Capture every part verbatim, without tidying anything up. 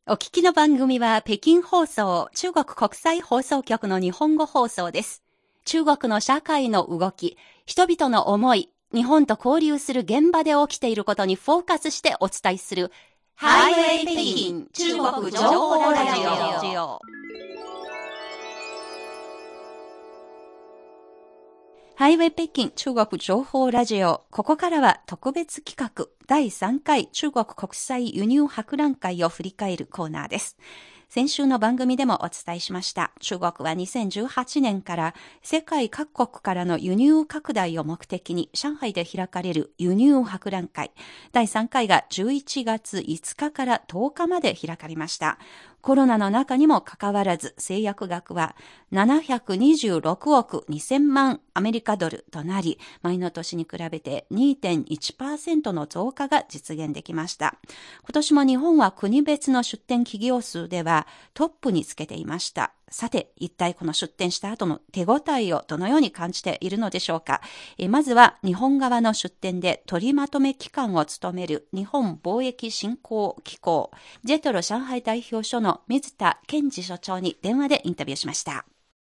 お聞きの番組は北京放送、中国国際放送局の日本語放送です。中国の社会の動き、人々の思い、日本と交流する現場で起きていることにフォーカスしてお伝えするハイウェイ北京中国情報ラジオ。ハイウェイ北京中国情報ラジオ。ここからは特別企画だいさんかい中国国際輸入博覧会を振り返るコーナーです。先週の番組でもお伝えしました。中国はにせんじゅうはちねんから世界各国からの輸入拡大を目的に上海で開かれる輸入博覧会。だいさんかいがじゅういちがついつかからとおかまで開かれました。コロナの中にもかかわらず製薬額はななひゃくにじゅうろくおくにせんまんアメリカドルとなり、前の年に比べて にてんいちパーセント の増加が実現できました。今年も日本は国別の出展企業数ではトップにつけていました。さて、一体この出展した後の手応えをどのように感じているのでしょうか。えまずは日本側の出展で取りまとめ機関を務める日本貿易振興機構、ジェトロ上海代表所の水田健二所長に電話でインタビューしました。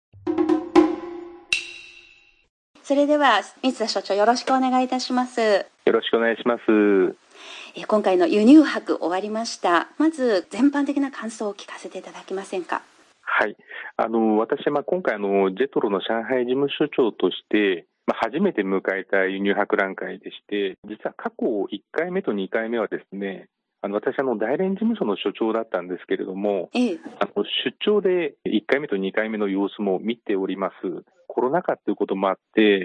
それでは水田所長、よろしくお願いいたします。よろしくお願いします。 え今回の輸入博終わりました。まず全般的な感想を聞かせていただけませんか。 はい、あの私はまあ今回あのジェトロの上海事務所長として、まあ、初めて迎えた輸入博覧会でして、実は過去いっかいめとにかいめはですね、あの私あの大連事務所の所長だったんですけれども、 ええ、 あの出張でいっかいめとにかいめの様子も見ております。コロナ禍ということもあって、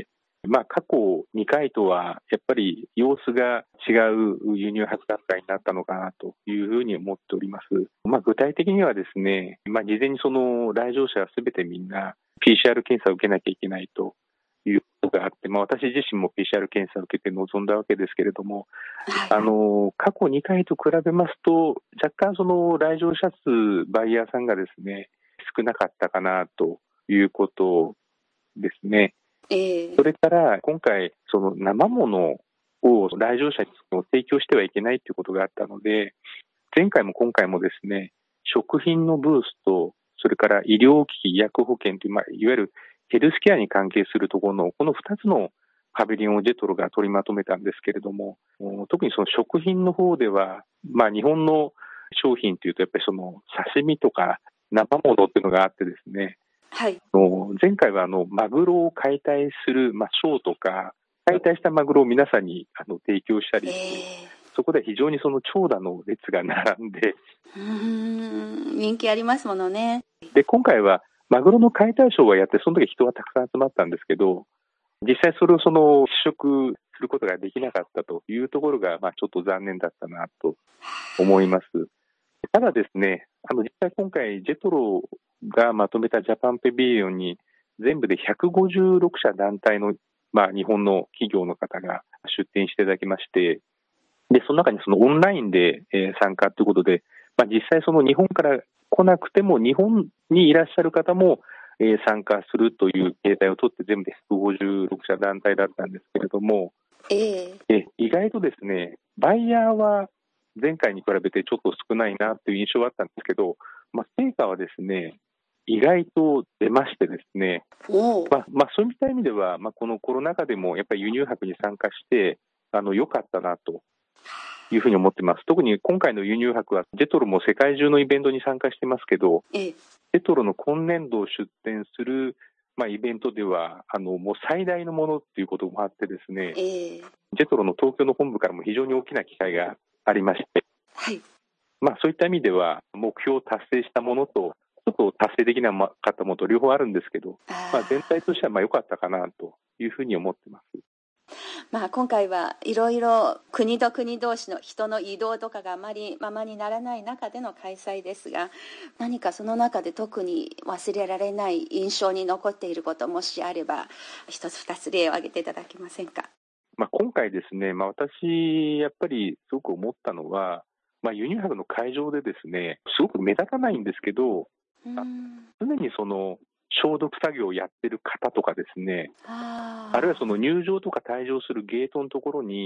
まあ、過去にかいとはやっぱり様子が違う輸入博覧会になったのかなというふうに思っております。まあ、具体的にはですね、まあ、事前にその来場者はすべてみんな ピーシーアール 検査を受けなきゃいけないということがあって、まあ、私自身も ピーシーアール 検査を受けて臨んだわけですけれども、 はい、 あの過去にかいと比べますと若干その来場者数バイヤーさんがですね少なかったかなということですね。 えー、 それから今回その生ものを来場者に提供してはいけないということがあったので、前回も今回もですね食品のブースとそれから医療機器医薬保険という、まあ、いわゆるヘルスケアに関係するところのこのふたつのパビリオンをジェトロが取りまとめたんですけれども、特にその食品の方では、まあ、日本の商品というとやっぱりその刺身とか生ものっていうのがあってですね、 はい、 前回はあのマグロを解体する、まあ、ショーとか解体したマグロを皆さんにあの提供したりして、えー、そこで非常にその長蛇の列が並んで、 うーん人気ありますものね。 で今回はマグロの解体ショーをやってその時人はたくさん集まったんですけど、実際それをその試食することができなかったというところが、まあ、ちょっと残念だったなと思います。ただですね、あの実際今回ジェトロがまとめたジャパンペビリオンに全部でひゃくごじゅうろくしゃ団体の、まあ、日本の企業の方が出展していただきまして、でその中にそのオンラインで参加ということで、まあ、実際その日本から来なくても日本にいらっしゃる方も参加するという形態をとって全部でひゃくごじゅうろくしゃ団体だったんですけれども、 えー、 え意外とですねバイヤーは前回に比べてちょっと少ないなという印象はあったんですけど、まあ、成果はですね意外と出ましてですね、まあまあ、そういった意味では、まあ、このコロナ禍でもやっぱり輸入博に参加してあの良かったなというふうに思ってます。特に今回の輸入博はジェトロも世界中のイベントに参加してますけど、 ええ、 ジェトロの今年度出展する、まあ、イベントではあのもう最大のものということもあってですね、 ええ、 ジェトロの東京の本部からも非常に大きな機会がありまして、 はい、 まあ、そういった意味では目標を達成したものとちょっと達成できなかったものと両方あるんですけど、まあ、全体としてはまあ良かったかなというふうに思ってます。 まあ、今回はいろいろ国と国同士の人の移動とかがあまりままにならない中での開催ですが、何かその中で特に忘れられない印象に残っていることもしあれば一つ二つ例を挙げていただけませんか。 まあ、今回ですね、まあ、私やっぱりすごく思ったのは、まあ、輸入博の会場でですねすごく目立たないんですけど、常にその消毒作業をやってる方とかですね、あるいはその入場とか退場するゲートのところに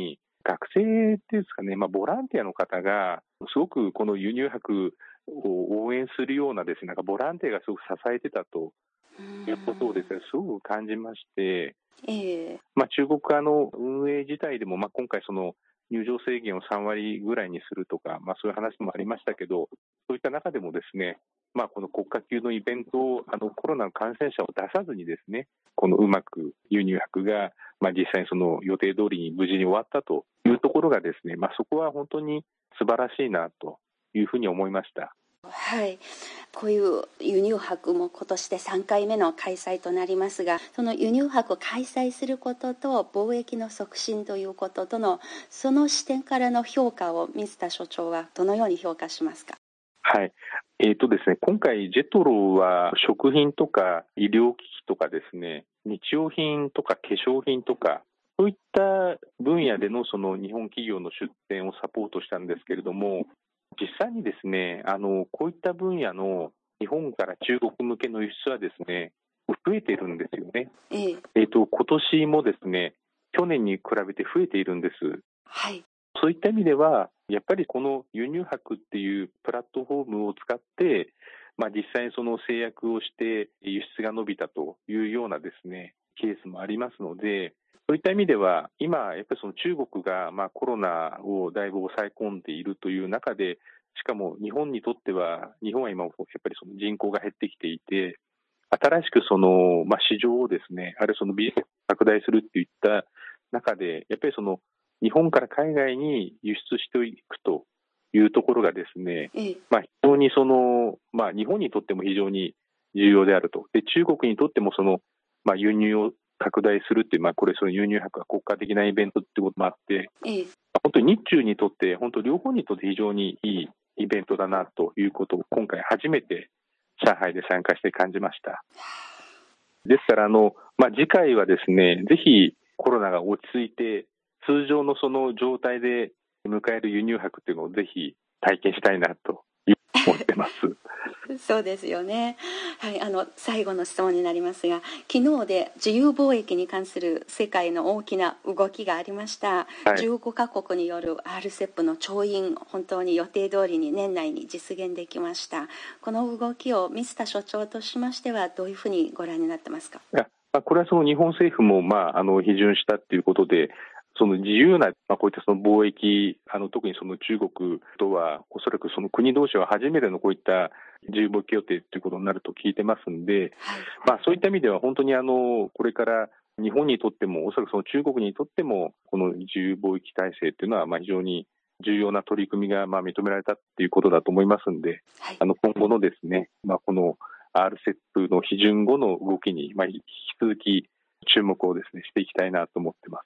学生っていうんですかね、まあ、ボランティアの方が、すごくこの輸入博を応援するようなですね、なんかボランティアがすごく支えてたということをですね、すごく感じまして、 えーまあ、中国側の運営自体でも、まあ、今回その入場制限をさんわりぐらいにするとか、まあ、そういう話もありましたけど、そういった中でもですね、まあ、この国家級のイベントをあのコロナの感染者を出さずにですね、このうまく輸入博が、まあ、実際にその予定通りに無事に終わったというところがですね、まあ、そこは本当に素晴らしいなというふうに思いました。 はい、こういう輸入博も今年でさんかいめの開催となりますが、その輸入博を開催することと貿易の促進ということとのその視点からの評価を水田所長はどのように評価しますか？ はい、えーとですね、今回ジェトロは食品とか医療機器とかですね、日用品とか化粧品とかそういった分野でのその日本企業の出展をサポートしたんですけれども、実際にですね、あのこういった分野の日本から中国向けの輸出はですね、増えているんですよね。 えええーと、今年もですね、去年に比べて増えているんです。 はい、 そういった意味では、やっぱりこの輸入博っていうプラットフォームを使って、まあ、実際にその制約をして輸出が伸びたというようなですね、ケースもありますので、そういった意味では、今、やっぱりその中国がまあコロナをだいぶ抑え込んでいるという中で、しかも日本にとっては、日本は今、やっぱりその人口が減ってきていて、新しくその、まあ、市場をですね、あるいはそのビジネスを拡大するっていった中で、やっぱりその日本から海外に輸出していくというところがですね、 ええまあ、非常にその、まあ、日本にとっても非常に重要であると。で、中国にとってもその、まあ、輸入を拡大するっていう、まあ、これ、その輸入博は国家的なイベントってこともあって、 ええ本当に日中にとって、本当両方にとって非常にいいイベントだなということを、今回初めて上海で参加して感じました。ですから、あの、まあ、次回はですね、ぜひコロナが落ち着いて、通常のその状態で迎える輸入博っていうのをぜひ体験したいなと思ってます。 そうですよね。はい、あの最後の質問になりますが、昨日で自由貿易に関する世界の大きな動きがありました。 はい、 じゅうごカ国による アールセップ の調印、本当に予定通りに年内に実現できました。この動きを水田所長としましてはどういうふうにご覧になってますか？ いや、まあ、これはその日本政府も、まあ、あの批准したということで、その自由な、まあ、こういったその貿易、あの特にその中国とは、おそらくその国同士は初めてのこういった自由貿易協定ということになると聞いてますんで、 はい、 まあ、そういった意味では本当にあのこれから日本にとっても、おそらくその中国にとっても、この自由貿易体制というのはまあ非常に重要な取り組みがまあ認められたということだと思いますんで、 はい、 あの今後のですね、まあ、この アールセップ の批准後の動きに、まあ、引き続き注目をですね、していきたいなと思ってます。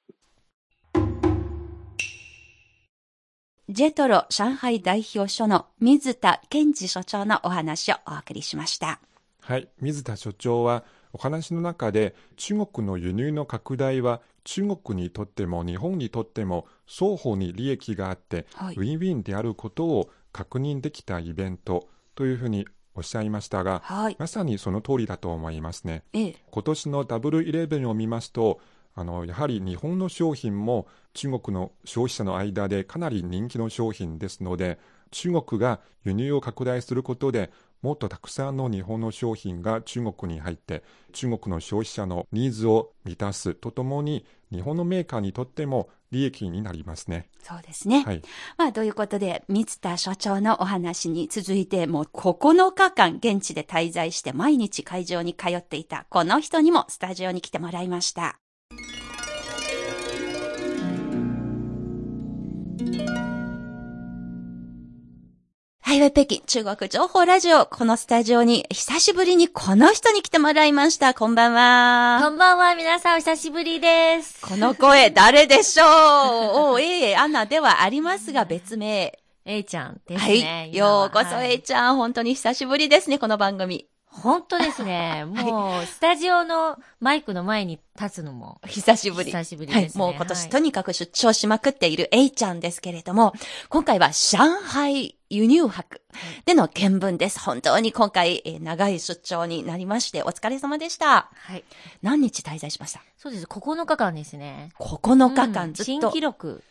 ジェトロ上海代表所の水田健二所長のお話をお送りしました。 はい、水田所長はお話の中で中国の輸入の拡大は中国にとっても日本にとっても双方に利益があって、はい、ウィンウィンであることを確認できたイベントというふうにおっしゃいましたが、はい、まさにその通りだと思いますね。ええ、今年のダブルイレブンを見ますと、あのやはり日本の商品も中国の消費者の間でかなり人気の商品ですので、中国が輸入を拡大することでもっとたくさんの日本の商品が中国に入って中国の消費者のニーズを満たすとともに日本のメーカーにとっても利益になりますね。 そうですね。はい。まあ、ということで、水田所長のお話に続いて、もうここのかかん現地で滞在して毎日会場に通っていたこの人にもスタジオに来てもらいました。ハイウェイ北京中国情報ラジオ、このスタジオに久しぶりにこの人に来てもらいました。こんばんは。 こんばんは、皆さんお久しぶりです。 この声誰でしょう？おー、ええ、アナではありますが別名。 A ちゃんですね。 はい。ようこそ A ちゃん、はい、本当に久しぶりですね、この番組。 本当ですね。もう、スタジオのマイクの前に立つのも。 久しぶり。 久しぶりですね。 はい。もう今年とにかく出張しまくっている A ちゃんですけれども、今回は上海輸入博での見聞です。本当に今回、えー、長い出張になりまして、お疲れ様でした。 はい。 何日滞在しました？ そうです。ここのかかんですね。 ここのかかんずっと。 新記録。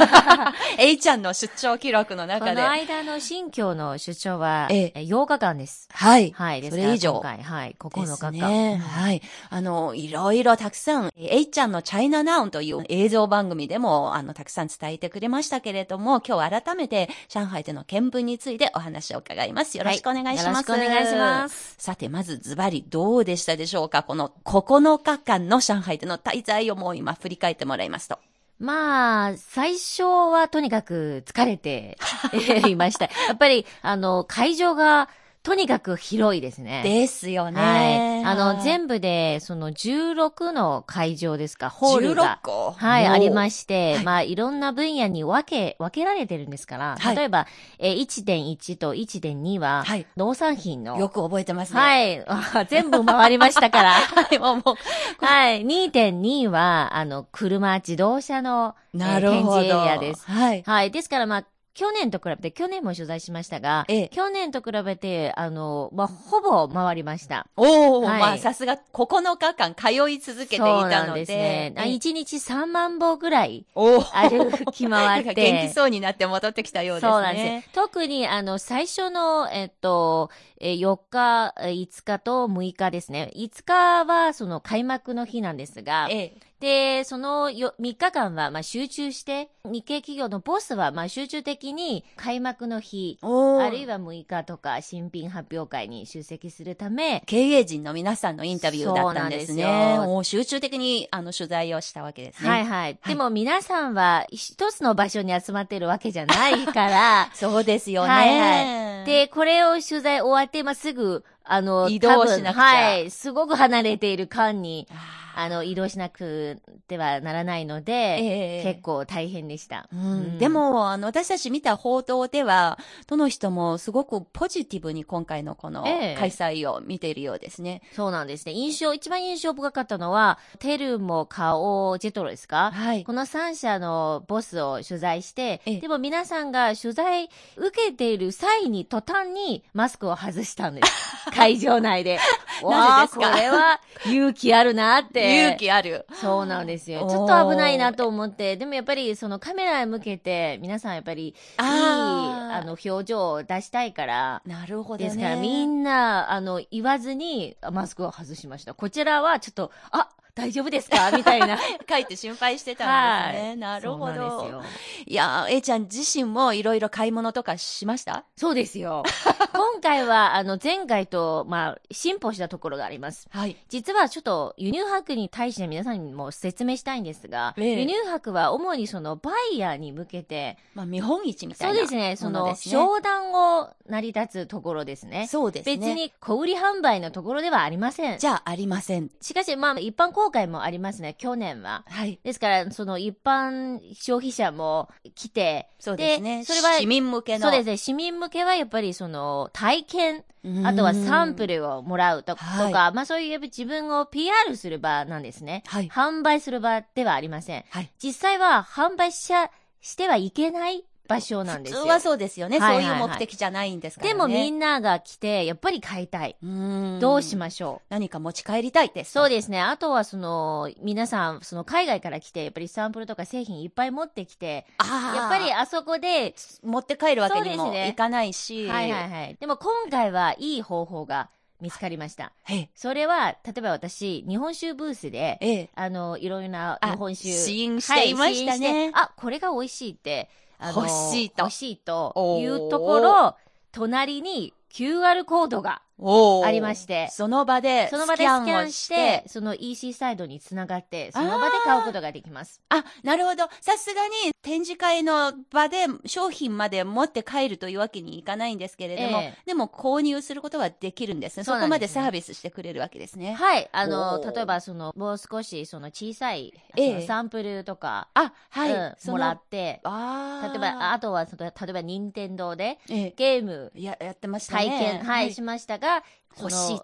A ちゃんの出張記録の中で。 この間の新居の出張は、 ええようかかんです。 はい。 はい。ですそれ以上。 今回、はい。ここのかかん。 ね、はい。あの、いろいろたくさん、A ちゃんのチャイナナウンという映像番組でも、あの、たくさん伝えてくれましたけれども、今日改めて上海での見聞についてお話を伺います。よろしくお願いします。 はい、よろしくお願いします。 さて、まずズバリどうでしたでしょうか？このここのかかんの上海での滞在をもう今振り返ってもらいますと。 まあ、最初はとにかく疲れていました。やっぱり、あの、会場がとにかく広いですね。 ですよね。 はい。あの、全部で、そのじゅうろくの会場ですか、ホールが。 じゅうろっこはい、ありまして、 はい、 まあ、いろんな分野に分け、分けられてるんですから、はい、例えば、えー、いってんいち と いってんに は、はい、農産品の。 よく覚えてますね。 はい。全部回りましたから。 はい、もう、もう。 はい。にてんに は、あの、車、自動車の、 なるほど、 えー、展示エリアです。 はい。 はい。ですから、まあ、去年と比べて、去年も取材しましたが、ええ、去年と比べて、あの、まあ、ほぼ回りました。 おー、はい、まあ、さすがここのかかん通い続けていたので。 そうなんですね。いちにちさんまんぼぐらい、歩き回って。 元気そうになって戻ってきたようですね。 そうなんです。特に、あの、最初の、えっと、よっか、いつかとむいかですね。いつかは、その開幕の日なんですが、ええ、で、そのみっかかんは、まあ、集中して、日系企業のボスは、まあ、集中的に開幕の日、あるいはむいかとか新品発表会に出席するため、 経営陣の皆さんのインタビューだったんですね。そうなんですよ。もう集中的に、あの、取材をしたわけですね。 はいはい。はい、でも皆さんは、一つの場所に集まっているわけじゃないから、 そうですよね。 はいはい。で、これを取材終わって、まあ、すぐ、あの、 移動しなくちゃ。 はい。すごく離れている間に、あの、移動しなくてはならないので、えー、結構大変でした。 うんうん、でも、あの、私たち見た報道では、どの人もすごくポジティブに今回のこの開催を見ているようですね。 えー、そうなんですね。印象、一番印象深かったのは、テルモ、カオ、ジェトロですか？はい。このさん社のボスを取材して、えー、でも皆さんが取材受けている際に途端にマスクを外したんです。会場内で。 なぜですか？ これは勇気あるなって。 勇気ある。 そうなんですよ。ちょっと危ないなと思って、でもやっぱりそのカメラへ向けて皆さんやっぱりいいあの表情を出したいから。 なるほどね。 ですからみんなあの言わずにマスクを外しました。こちらはちょっと、あ、大丈夫ですかみたいな。 書いて心配してたんですね。はい、なるほど。そうなんですよ。いや、A ちゃん自身もいろいろ買い物とかしました？ そうですよ。今回は、あの、前回と、まあ、進歩したところがあります。はい。実はちょっと、輸入博に対して皆さんにも説明したいんですが、ええ、輸入博は主にその、バイヤーに向けて、 まあ、見本市みたいな、 そうですね。その、商談を成り立つところですね。 そうですね。 別に、小売販売のところではありません。 じゃあ、ありません。 しかし、まあ、一般公開もありますね、去年は。はい。ですから、その、一般消費者も来て、 そうですね。 で、それは、 市民向けの。 そうですね。市民向けは、やっぱり、その、体験、あとはサンプルをもらうとか、はい、まあそういう自分を ピーアール する場なんですね。はい、販売する場ではありません。はい、実際は販売しちゃ、してはいけない場所なんですよ。 普通はそうですよね、はいはいはい。そういう目的じゃないんですからね。 でもみんなが来て、やっぱり買いたい。うーんどうしましょう。 何か持ち帰りたいです。 そうですね。あとはその、皆さん、その海外から来て、やっぱりサンプルとか製品いっぱい持ってきて、やっぱりあそこで、 持って帰るわけにもいかないし。 ね、はいはいはい。でも今回はいい方法が見つかりました。はい、それは、例えば私、日本酒ブースで、ええ、あの、いろいろな日本酒。 試飲していましたね。はい、 あ、これが美味しいって、あの欲しいと。 欲しいというところ、隣に キューアール コードがありまして、 その場でスキャンをして、その場でスキャンして、 その イーシー サイドにつながって、その場で買うことができます。 あ、なるほど。さすがに展示会の場で商品まで持って帰るというわけにいかないんですけれども、えー、でも購入することはできるんですね。そこまでサービスしてくれるわけですね。 はい。あの、例えばその、もう少しその小さい、えー、サンプルとか、 あ、はい、 うん、もらって、あ例えば、あとはその、例えば任天堂で、ゲーム、 や、やってましたね。 体験、はい、はい、しましたが、 欲しいと。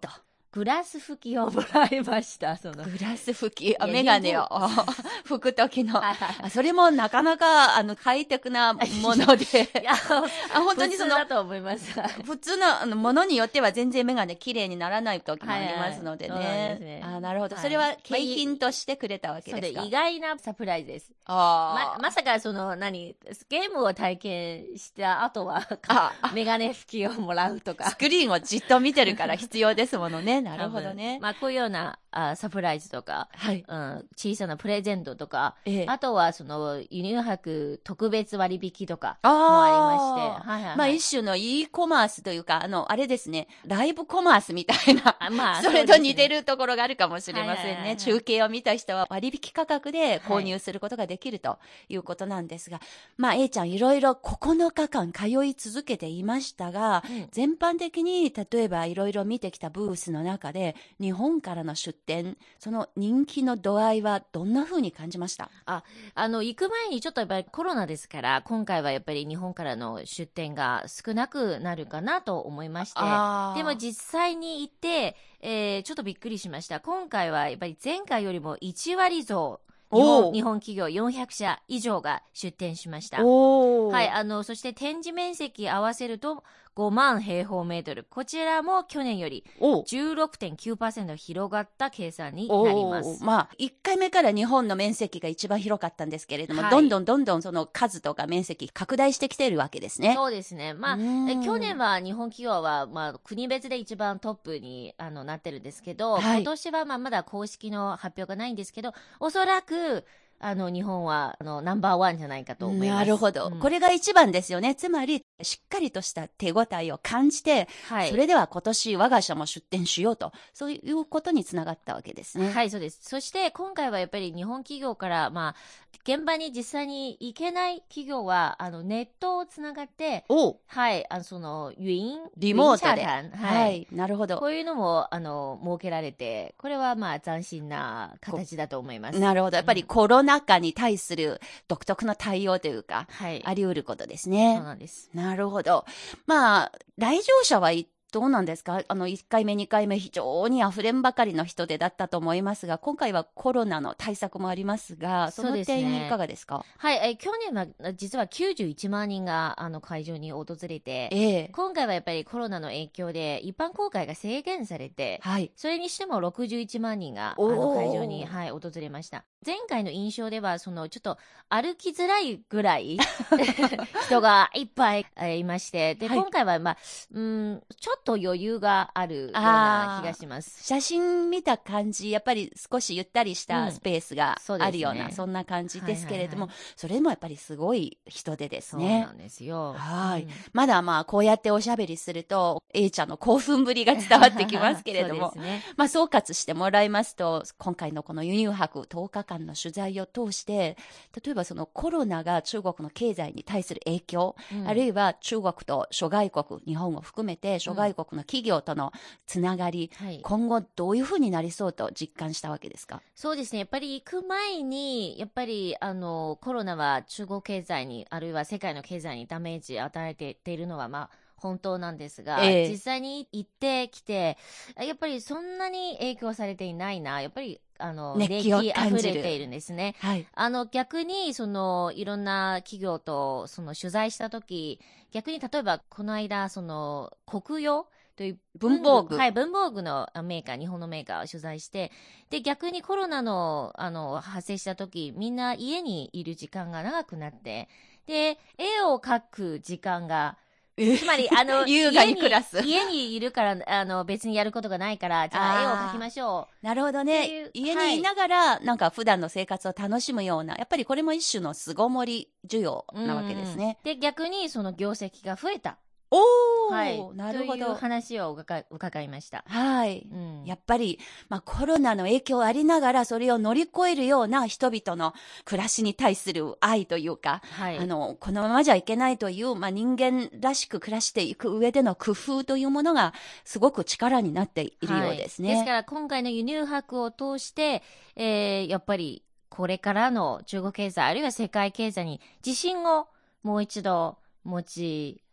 グラス拭きをもらいました。そのグラス拭き、あ、メガネを拭くときの。あ、それもなかなか、あの、ハイテクなもので。 いや、 あ、本当にその、 普通だと思います。 普通の、あの、ものによっては全然メガネ綺麗にならない時もありますのでね。はいはい、そうですね。あ、なるほど。それは景品としてくれたわけですか？ そうで、意外なサプライズです。 あま、まさかその、何、ゲームを体験した後は、メガネ拭きをもらうとか。 スクリーンをじっと見てるから必要ですものね。なるほどね。 まあ、こういうようなあサプライズとか、 はい、 うん、小さなプレゼントとか、 ええ、 あとはその輸入博特別割引とかもありまして、 はいはいはい、まあ一種の e コマースというか、あの、あれですね、ライブコマースみたいな、まあ、それと似てるところがあるかもしれませんね。はいはいはいはい、中継を見た人は割引価格で購入することができるということなんですが、はい、まあ A ちゃんいろいろここのかかん通い続けていましたが、うん、全般的に例えばいろいろ見てきたブースの中で日本からの出店、その人気の度合いはどんな風に感じました？ あ、あの行く前にちょっとやっぱりコロナですから今回はやっぱり日本からの出店が少なくなるかなと思いまして、でも実際に行って、えー、ちょっとびっくりしました。今回はやっぱり前回よりもいちわり増日本、日本企業よんひゃくしゃ以上が出展しました。はい、あの、そして展示面積合わせるとごまん平方メートル。こちらも去年より じゅうろくてんきゅうパーセント 広がった計算になります。 まあ、いっかいめから日本の面積が一番広かったんですけれども、はい、どんどんどんどんその数とか面積拡大してきているわけですね。 そうですね。まあ、え去年は日本企業は、まあ、国別で一番トップにあのなってるんですけど、はい、今年はまあまだ公式の発表がないんですけど、おそらくあの日本はあのナンバーワンじゃないかと思います。 なるほど、うん、これが一番ですよね。つまりしっかりとした手応えを感じて、はい、それでは今年我が社も出展しようと、そういうことにつながったわけですね。 はい、そうです。そして今回はやっぱり日本企業から、まあ、現場に実際に行けない企業はあのネットをつながって、はい、あのその云リモートで、 はい、 はい、なるほど。 こういうのもあの設けられて、これはまあ斬新な形だと思います。 なるほど。やっぱりコロナ禍に対する独特の対応というか、はい、あり得ることですね。 そうなんです。 なるほど。まあ、来場者はどうなんですか？あの、いっかいめ、にかいめ、非常に溢れんばかりの人出だったと思いますが、今回はコロナの対策もありますが、その点いかがですか？ はい、え去年は実はきゅうじゅういちまんにんがあの会場に訪れて、 ええ、 今回はやっぱりコロナの影響で一般公開が制限されて、はい、それにしてもろくじゅういちまんにんがあの会場に、はい、訪れました。前回の印象ではそのちょっと歩きづらいぐらい人がいっぱい、えー、いまして、で、はい、今回はまあ、うん、ちょっと余裕があるような気がします。 写真見た感じ、やっぱり少しゆったりしたスペースがあるような、うん、そんな感じですけれども、はいはいはい、それもやっぱりすごい人手ですね。 そうなんですよ。 はい、うん、まだまあこうやっておしゃべりすると A ちゃんの興奮ぶりが伝わってきますけれども、ね、まあ総括してもらいますと、今回のこの輸入博とおかかんの取材を通して、例えばそのコロナが中国の経済に対する影響、うん、あるいは中国と諸外国、日本を含めて諸外国の企業とのつながり、うん、はい、今後どういうふうになりそうと実感したわけですか？ そうですね。やっぱり行く前に、やっぱりあのコロナは中国経済に、あるいは世界の経済にダメージを与えているのは、まあ本当なんですが、えー、実際に行ってきて、やっぱりそんなに影響されていないな、やっぱりあの熱気を感じる、 熱気あふれているんですね。 はい、 あの逆にそのいろんな企業とその取材したとき、逆に例えばこの間その国用という文房具、 はい、文房具のメーカー、日本のメーカーを取材して、で逆にコロナのあの発生したとき、みんな家にいる時間が長くなって、で絵を描く時間がつまり、あの、 優雅に暮らす。 家にいるから、あの、別にやることがないから、じゃあ絵を描きましょう。なるほどね。家にいながら、はい、なんか普段の生活を楽しむような、やっぱりこれも一種の巣ごもり需要なわけですね。 で、逆にその業績が増えた。 おー、はい、なるほど。 という話を伺伺いました。 はい、うん。やっぱり、まあ、コロナの影響ありながら、それを乗り越えるような人々の暮らしに対する愛というか、はい、あの、このままじゃいけないという、まあ、人間らしく暮らしていく上での工夫というものが、すごく力になっているようですね。 はい、ですから、今回の輸入博を通して、えー、やっぱり、これからの中国経済、あるいは世界経済に自信をもう一度持ち、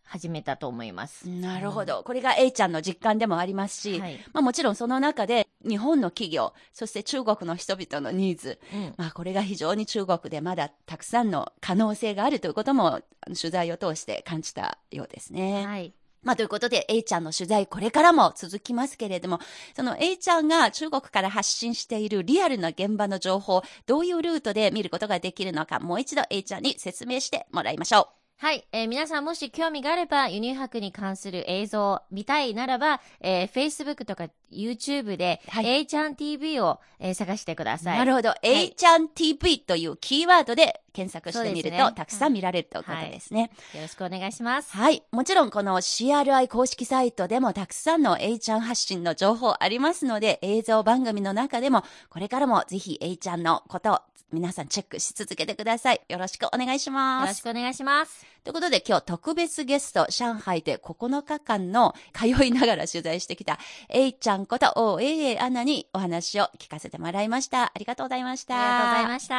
始めたと思います。 なるほど。これが A ちゃんの実感でもありますし、はい、まあもちろんその中で日本の企業、そして中国の人々のニーズ、うん、まあこれが非常に中国でまだたくさんの可能性があるということも取材を通して感じたようですね。はい。まあということで A ちゃんの取材これからも続きますけれども、その A ちゃんが中国から発信しているリアルな現場の情報、どういうルートで見ることができるのか、もう一度 A ちゃんに説明してもらいましょう。 はい、えー、皆さんもし興味があれば輸入博に関する映像を見たいならば、えー、Facebook とか YouTube で、はい、A ちゃん ティーブイ を、えー、探してください。 なるほど、はい、A ちゃん ティーブイ というキーワードで検索してみると、ね、たくさん見られるということですね、 はい、よろしくお願いします。 はい。もちろんこの シーアールアイ 公式サイトでもたくさんの A ちゃん発信の情報ありますので、映像番組の中でもこれからもぜひ A ちゃんのことを皆さんチェックし続けてください。よろしくお願いします。 よろしくお願いします。 ということで今日特別ゲスト、上海でここのかかんの通いながら取材してきた A ちゃんこと オーエーエー アナにお話を聞かせてもらいました。ありがとうございました。 ありがとうございました。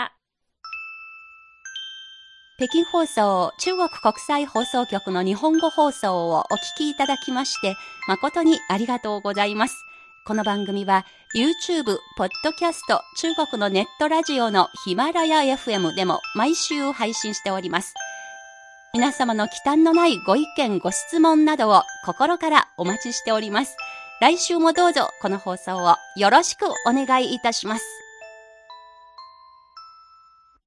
北京放送、中国国際放送局の日本語放送をお聞きいただきまして、誠にありがとうございます。この番組は YouTube、ポッドキャスト、中国のネットラジオのヒマラヤ エフエム でも毎週配信しております。皆様の忌憚のないご意見、ご質問などを心からお待ちしております。来週もどうぞこの放送をよろしくお願いいたします。